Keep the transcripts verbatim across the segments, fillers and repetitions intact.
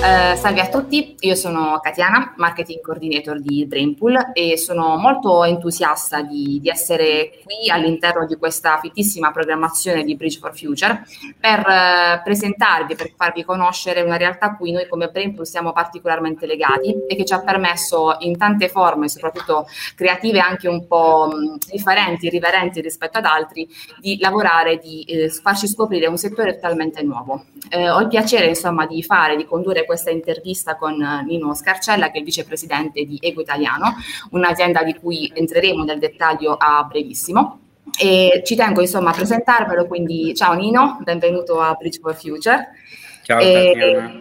Eh, salve a tutti, io sono Katiana, Marketing Coordinator di Brainpool e sono molto entusiasta di, di essere qui all'interno di questa fittissima programmazione di Bridge for Future per eh, presentarvi, per farvi conoscere una realtà a cui noi come Brainpool siamo particolarmente legati e che ci ha permesso in tante forme, soprattutto creative anche un po' mh, differenti, irriverenti rispetto ad altri, di lavorare, di eh, farci scoprire un settore totalmente nuovo. Eh, ho il piacere insomma di fare, di condurre questa intervista con Nino Scarcella, che è il vicepresidente di Ego Italiano, un'azienda di cui entreremo nel dettaglio a brevissimo. E ci tengo insomma a presentarvelo, quindi ciao Nino, benvenuto a Bridge for Future. Ciao e, Tatiana.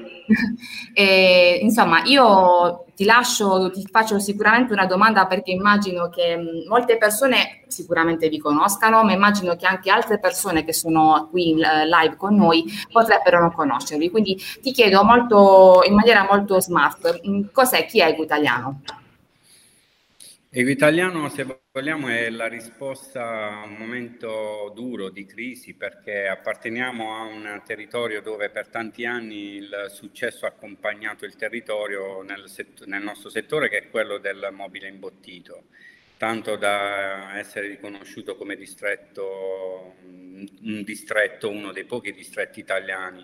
e, insomma io ti lascio, ti faccio sicuramente una domanda perché immagino che mh, molte persone sicuramente vi conoscano, ma immagino che anche altre persone che sono qui in, uh, live con noi potrebbero non conoscervi, quindi ti chiedo molto, in maniera molto smart, mh, cos'è, chi è Ego Italiano? Ego Italiano, se vogliamo, è la risposta a un momento duro di crisi, perché apparteniamo a un territorio dove per tanti anni il successo ha accompagnato il territorio nel, sett- nel nostro settore, che è quello del mobile imbottito, tanto da essere riconosciuto come distretto, un distretto, uno dei pochi distretti italiani.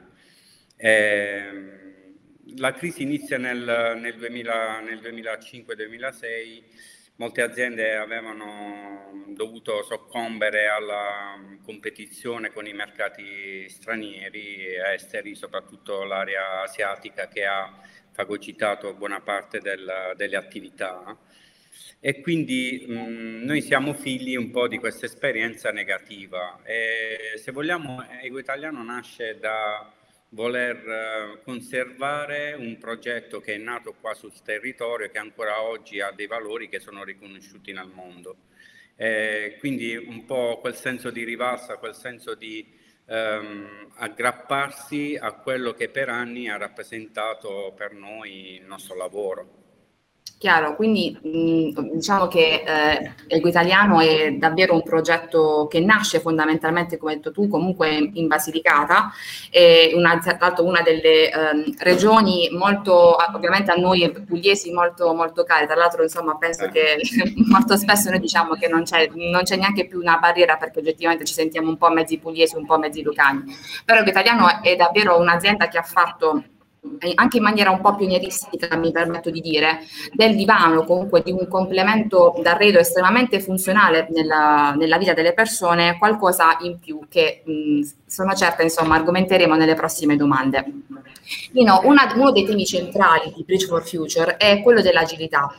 Ehm, la crisi inizia nel, nel, duemila, nel duemilacinque duemilasei. Molte aziende avevano dovuto soccombere alla competizione con i mercati stranieri e esteri, soprattutto l'area asiatica, che ha fagocitato buona parte del, delle attività. E quindi mh, noi siamo figli un po' di questa esperienza negativa. E, se vogliamo, Ego Italiano nasce da voler conservare un progetto che è nato qua sul territorio e che ancora oggi ha dei valori che sono riconosciuti nel mondo. Eh, quindi un po' quel senso di rivalsa, quel senso di ehm, aggrapparsi a quello che per anni ha rappresentato per noi il nostro lavoro. Chiaro, quindi mh, diciamo che eh, Ego Italiano è davvero un progetto che nasce fondamentalmente, come hai detto tu, comunque in Basilicata, è una, tra l'altro una delle ehm, regioni molto, ovviamente a noi pugliesi molto, molto care, tra l'altro insomma penso Eh. che molto spesso noi diciamo che non c'è, non c'è neanche più una barriera perché oggettivamente ci sentiamo un po' mezzi pugliesi, un po' mezzi lucani, però Ego Italiano è davvero un'azienda che ha fatto anche in maniera un po' pionieristica, mi permetto di dire, del divano, comunque di un complemento d'arredo estremamente funzionale nella, nella vita delle persone, qualcosa in più che mh, sono certa, insomma, argomenteremo nelle prossime domande. Nino, una, uno dei temi centrali di Bridge for Future è quello dell'agilità.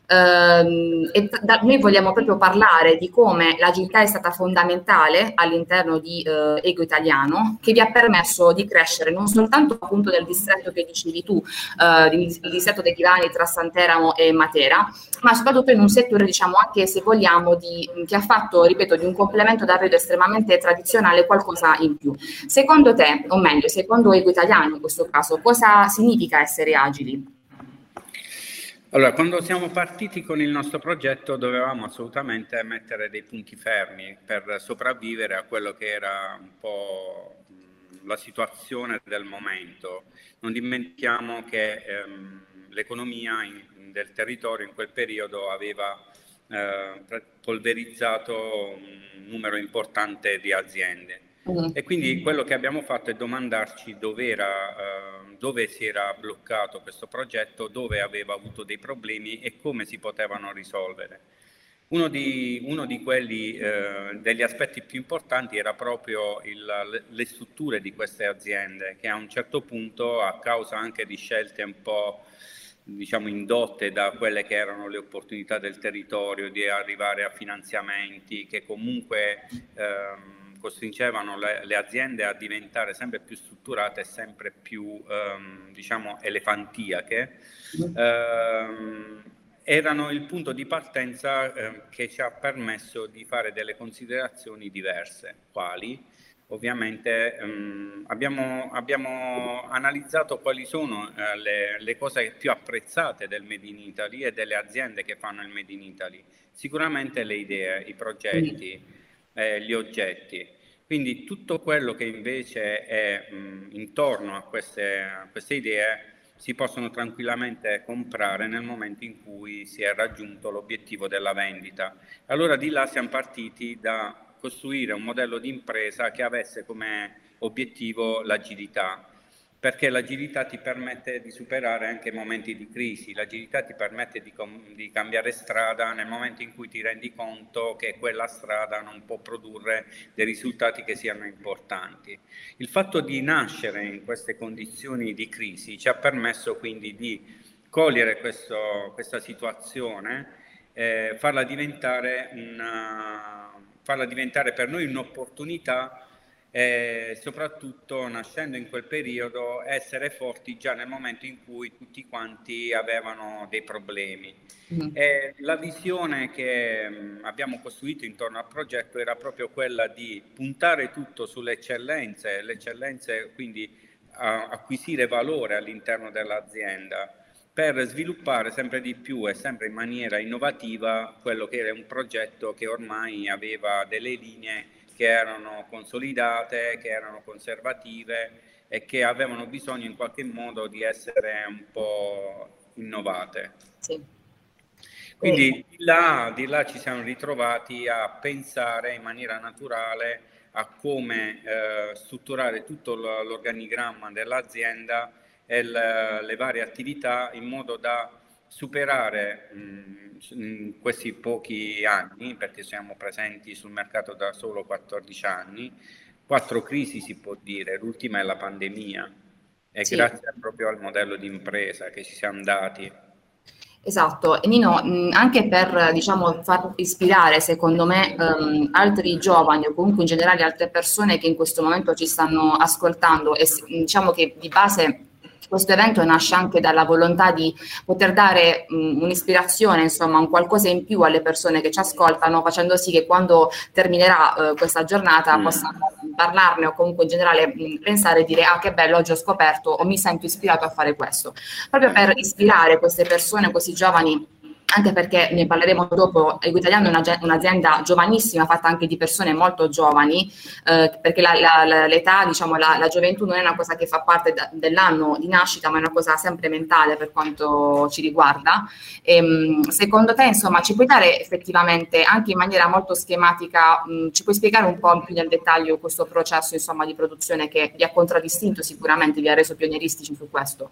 Uh, e da, noi vogliamo proprio parlare di come l'agilità è stata fondamentale all'interno di uh, Ego Italiano, che vi ha permesso di crescere non soltanto appunto del distretto che dicevi tu, uh, il distretto dei divani tra Santeramo e Matera, ma soprattutto in un settore, diciamo, anche se vogliamo, di, che ha fatto, ripeto, di un complemento d'arredo estremamente tradizionale qualcosa in più. Secondo te, o meglio, secondo Ego Italiano in questo caso, cosa significa essere agili? Allora, quando siamo partiti con il nostro progetto dovevamo assolutamente mettere dei punti fermi per sopravvivere a quello che era un po' la situazione del momento. Non dimentichiamo che ehm, l'economia in, del territorio in quel periodo aveva eh, polverizzato un numero importante di aziende. E quindi quello che abbiamo fatto è domandarci dove, era, eh, dove si era bloccato questo progetto, dove aveva avuto dei problemi e come si potevano risolvere. Uno di, uno di quelli, eh, degli aspetti più importanti era proprio il, le strutture di queste aziende, che a un certo punto, a causa anche di scelte un po' diciamo indotte da quelle che erano le opportunità del territorio, di arrivare a finanziamenti che comunque ehm, costringevano le, le aziende a diventare sempre più strutturate e sempre più ehm, diciamo elefantiache, ehm, erano il punto di partenza eh, che ci ha permesso di fare delle considerazioni diverse, quali ovviamente ehm, abbiamo, abbiamo analizzato quali sono eh, le, le cose più apprezzate del Made in Italy e delle aziende che fanno il Made in Italy. Sicuramente le idee, i progetti, eh, gli oggetti. Quindi tutto quello che invece è mh, intorno a queste, a queste idee si possono tranquillamente comprare nel momento in cui si è raggiunto l'obiettivo della vendita. Allora di là siamo partiti da costruire un modello di impresa che avesse come obiettivo l'agilità, perché l'agilità ti permette di superare anche momenti di crisi, l'agilità ti permette di, di cambiare strada nel momento in cui ti rendi conto che quella strada non può produrre dei risultati che siano importanti. Il fatto di nascere in queste condizioni di crisi ci ha permesso quindi di cogliere questo, questa situazione, eh, farla diventare una, farla diventare per noi un'opportunità, e soprattutto, nascendo in quel periodo, essere forti già nel momento in cui tutti quanti avevano dei problemi. Mm. E la visione che mh, abbiamo costruito intorno al progetto era proprio quella di puntare tutto sulle eccellenze, le eccellenze quindi a, acquisire valore all'interno dell'azienda, per sviluppare sempre di più e sempre in maniera innovativa quello che era un progetto che ormai aveva delle linee che erano consolidate, che erano conservative e che avevano bisogno in qualche modo di essere un po' innovate. Sì. Quindi di là, di là ci siamo ritrovati a pensare in maniera naturale a come eh, strutturare tutto l'organigramma dell'azienda e le, le varie attività in modo da superare mh, in questi pochi anni, perché siamo presenti sul mercato da solo quattordici anni, quattro crisi si può dire, l'ultima è la pandemia, e sì, grazie proprio al modello di impresa che ci siamo dati. Esatto, e Nino, mh, anche per diciamo, far ispirare secondo me um, altri giovani o comunque in generale altre persone che in questo momento ci stanno ascoltando, e diciamo che di base questo evento nasce anche dalla volontà di poter dare um, un'ispirazione, insomma un qualcosa in più alle persone che ci ascoltano, facendo sì che quando terminerà uh, questa giornata mm. possano parlarne o comunque in generale mh, pensare e dire ah che bello, oggi ho scoperto o mi sento ispirato a fare questo, proprio per ispirare queste persone, questi giovani, anche perché ne parleremo dopo. Equitaliano è un'azienda giovanissima, fatta anche di persone molto giovani, eh, perché la, la, l'età, diciamo la, la gioventù non è una cosa che fa parte da, dell'anno di nascita, ma è una cosa sempre mentale per quanto ci riguarda. E, secondo te, insomma, ci puoi dare effettivamente, anche in maniera molto schematica, mh, ci puoi spiegare un po' più nel dettaglio questo processo, insomma, di produzione che vi ha contraddistinto sicuramente, vi ha reso pionieristici su questo?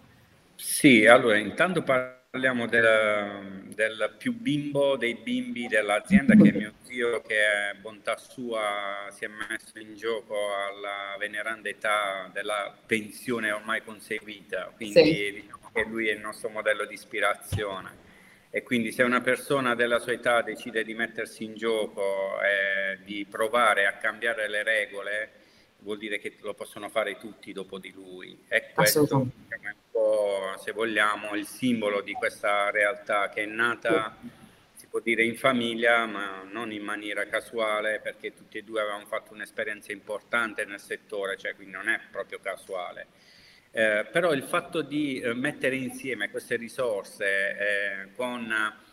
Sì, allora intanto parliamo del, del più bimbo dei bimbi dell'azienda, che è mio zio, che è bontà sua si è messo in gioco alla veneranda età della pensione ormai conseguita, quindi sì, diciamo che lui è il nostro modello di ispirazione. E quindi se una persona della sua età decide di mettersi in gioco e di provare a cambiare le regole, vuol dire che lo possono fare tutti dopo di lui. E questo è un po', se vogliamo, il simbolo di questa realtà che è nata, si può dire, in famiglia, ma non in maniera casuale, perché tutti e due avevamo fatto un'esperienza importante nel settore, cioè quindi non è proprio casuale. Eh, però il fatto di eh, mettere insieme queste risorse eh, con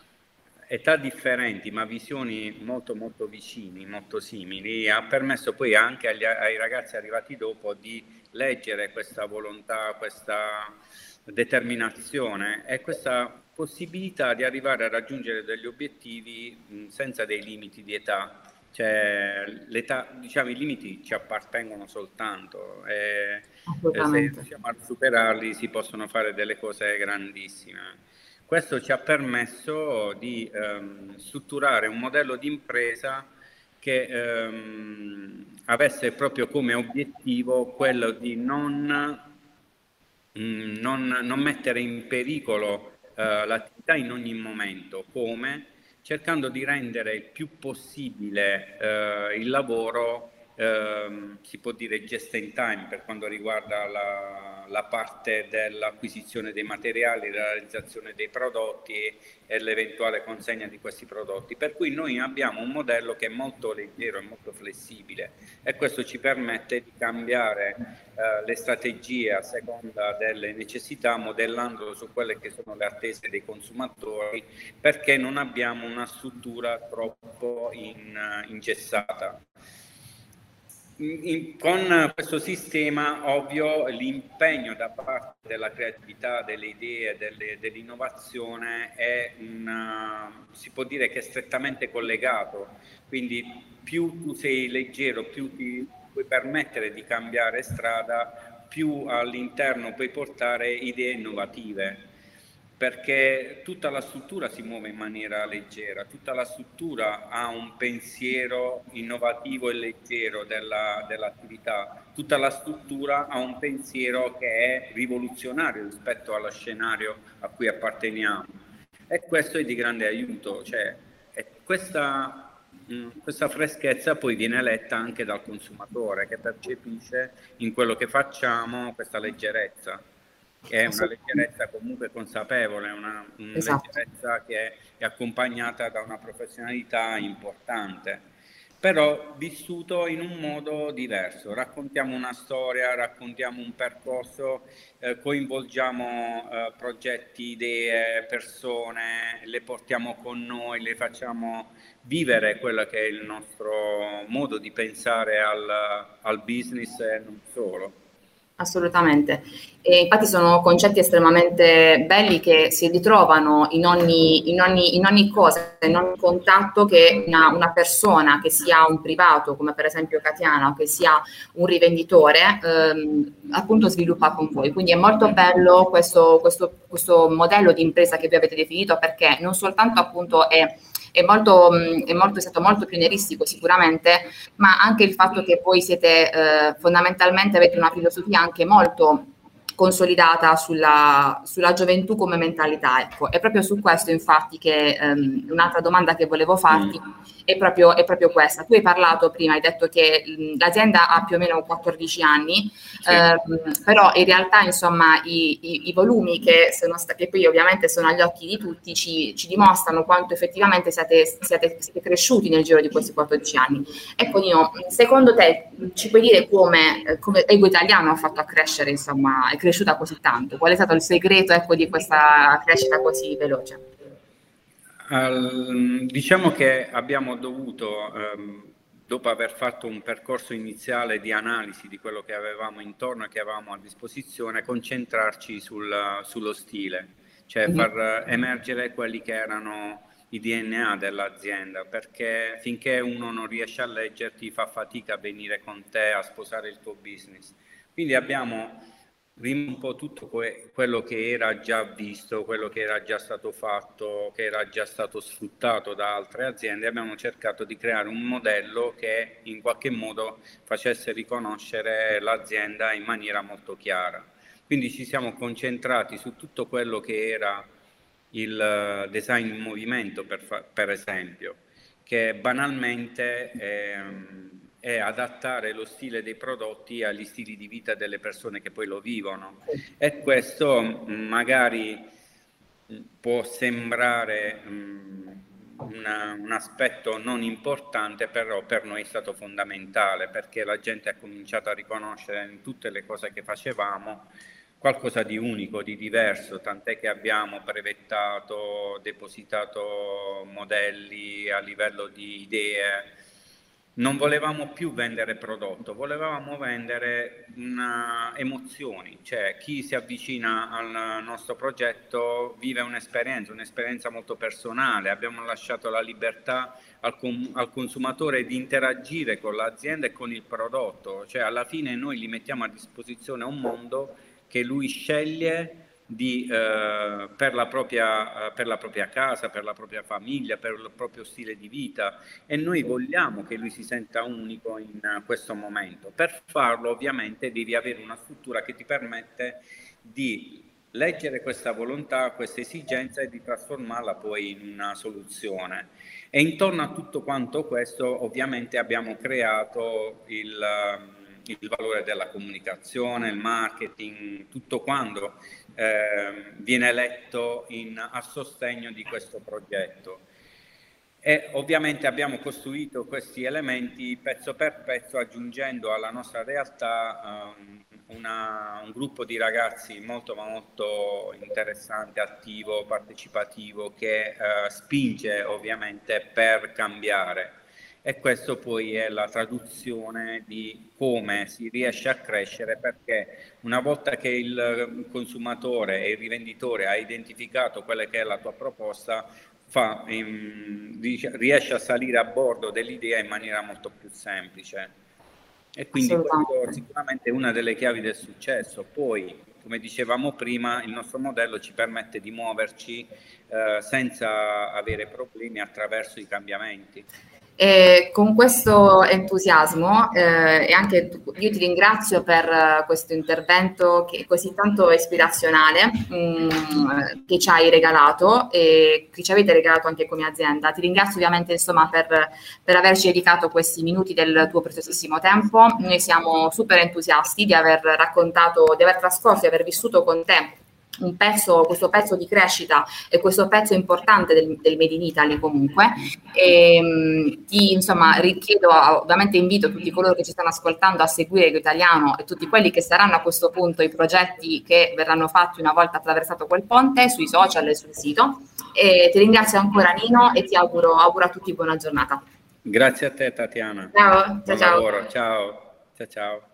età differenti ma visioni molto molto vicini, molto simili, ha permesso poi anche agli, ai ragazzi arrivati dopo di leggere questa volontà, questa determinazione e questa possibilità di arrivare a raggiungere degli obiettivi mh, senza dei limiti di età. Cioè, l'età, diciamo, i limiti ci appartengono soltanto e se riusciamo a superarli si possono fare delle cose grandissime. Questo ci ha permesso di ehm, strutturare un modello di impresa che ehm, avesse proprio come obiettivo quello di non, mh, non, non mettere in pericolo eh, l'attività in ogni momento, come cercando di rendere il più possibile eh, il lavoro, eh, si può dire just in time, per quanto riguarda la, la parte dell'acquisizione dei materiali, la realizzazione dei prodotti e l'eventuale consegna di questi prodotti. Per cui noi abbiamo un modello che è molto leggero e molto flessibile e questo ci permette di cambiare eh, le strategie a seconda delle necessità, modellandolo su quelle che sono le attese dei consumatori, perché non abbiamo una struttura troppo in, ingessata. In, con questo sistema, ovvio, l'impegno da parte della creatività, delle idee, delle, dell'innovazione è una, si può dire che è strettamente collegato, quindi più tu sei leggero, più ti puoi permettere di cambiare strada, più all'interno puoi portare idee innovative, perché tutta la struttura si muove in maniera leggera, tutta la struttura ha un pensiero innovativo e leggero della, dell'attività, tutta la struttura ha un pensiero che è rivoluzionario rispetto allo scenario a cui apparteniamo, e questo è di grande aiuto, cioè, è questa, mh, questa freschezza poi viene letta anche dal consumatore, che percepisce in quello che facciamo questa leggerezza, che è una leggerezza comunque consapevole, una, una Esatto. leggerezza che è accompagnata da una professionalità importante, però vissuto in un modo diverso. Raccontiamo una storia, raccontiamo un percorso, eh, coinvolgiamo eh, progetti, idee, persone, le portiamo con noi, le facciamo vivere quello che è il nostro modo di pensare al, al business e non solo. Assolutamente. E infatti sono concetti estremamente belli che si ritrovano in ogni, in ogni, in ogni cosa, in ogni contatto che una, una persona, che sia un privato, come per esempio Katiana, o che sia un rivenditore, ehm, appunto sviluppa con voi. Quindi è molto bello questo, questo, questo modello di impresa che voi avete definito, perché non soltanto appunto è È, molto, è, molto, è stato molto pionieristico sicuramente, ma anche il fatto che voi siete eh, fondamentalmente avete una filosofia anche molto consolidata sulla, sulla gioventù come mentalità, ecco. È proprio su questo infatti che ehm, un'altra domanda che volevo farti è proprio, è proprio questa. Tu hai parlato prima, hai detto che mh, l'azienda ha più o meno quattordici anni, sì. ehm, però in realtà insomma i, i, i volumi che sono stati, che poi ovviamente sono agli occhi di tutti, ci, ci dimostrano quanto effettivamente siate, siate, siete cresciuti nel giro di questi quattordici anni. Ecco Nino, secondo te ci puoi dire come, come Ego Italiano ha fatto a crescere, insomma, è cresciuta così tanto? Qual è stato il segreto, ecco, di questa crescita così veloce? Uh, diciamo che abbiamo dovuto, um, dopo aver fatto un percorso iniziale di analisi di quello che avevamo intorno e che avevamo a disposizione, concentrarci sul, sullo stile, cioè mm-hmm. far emergere quelli che erano i D N A dell'azienda, perché finché uno non riesce a leggerti fa fatica a venire con te a sposare il tuo business. Quindi abbiamo un po' tutto que- quello che era già visto, quello che era già stato fatto, che era già stato sfruttato da altre aziende. Abbiamo cercato di creare un modello che in qualche modo facesse riconoscere l'azienda in maniera molto chiara. Quindi ci siamo concentrati su tutto quello che era il design in movimento, per, fa- per esempio, che banalmente ehm, è adattare lo stile dei prodotti agli stili di vita delle persone che poi lo vivono, e questo magari può sembrare um, una, un aspetto non importante, però per noi è stato fondamentale, perché la gente ha cominciato a riconoscere in tutte le cose che facevamo qualcosa di unico, di diverso, tant'è che abbiamo brevettato, depositato modelli a livello di idee. Non volevamo più vendere prodotto, volevamo vendere una, emozioni, cioè chi si avvicina al nostro progetto vive un'esperienza, un'esperienza molto personale. Abbiamo lasciato la libertà al, com- al consumatore di interagire con l'azienda e con il prodotto, cioè alla fine noi gli mettiamo a disposizione un mondo che lui sceglie di, eh, per, la propria, eh, per la propria casa, per la propria famiglia, per il proprio stile di vita, e noi vogliamo che lui si senta unico in uh, questo momento. Per farlo ovviamente devi avere una struttura che ti permette di leggere questa volontà, questa esigenza e di trasformarla poi in una soluzione. E intorno a tutto quanto questo ovviamente abbiamo creato il... Uh, il valore della comunicazione, il marketing, tutto quanto eh, viene letto in, a sostegno di questo progetto. E ovviamente abbiamo costruito questi elementi pezzo per pezzo, aggiungendo alla nostra realtà um, una, un gruppo di ragazzi molto molto interessante, attivo, partecipativo, che uh, spinge ovviamente per cambiare. e questo poi è la traduzione di come si riesce a crescere, perché una volta che il consumatore e il rivenditore ha identificato quella che è la tua proposta, fa, in, riesce a salire a bordo dell'idea in maniera molto più semplice. E quindi questo sicuramente è una delle chiavi del successo. Poi, come dicevamo prima, il nostro modello ci permette di muoverci eh, senza avere problemi attraverso i cambiamenti. E con questo entusiasmo eh, e anche io ti ringrazio per uh, questo intervento che è così tanto ispirazionale mh, che ci hai regalato e che ci avete regalato anche come azienda. Ti ringrazio ovviamente insomma per, per averci dedicato questi minuti del tuo preziosissimo tempo. Noi siamo super entusiasti di aver raccontato, di aver trascorso, di aver vissuto con te un pezzo, questo pezzo di crescita e questo pezzo importante del, del Made in Italy comunque. E, mh, ti insomma richiedo, ovviamente invito tutti coloro che ci stanno ascoltando a seguire Ego Italiano e tutti quelli che saranno a questo punto i progetti che verranno fatti una volta attraversato quel ponte sui social e sul sito. E ti ringrazio ancora Nino e ti auguro, auguro a tutti buona giornata. Grazie a te Tatiana. Ciao, ciao, Buon ciao. lavoro, ciao, ciao, ciao.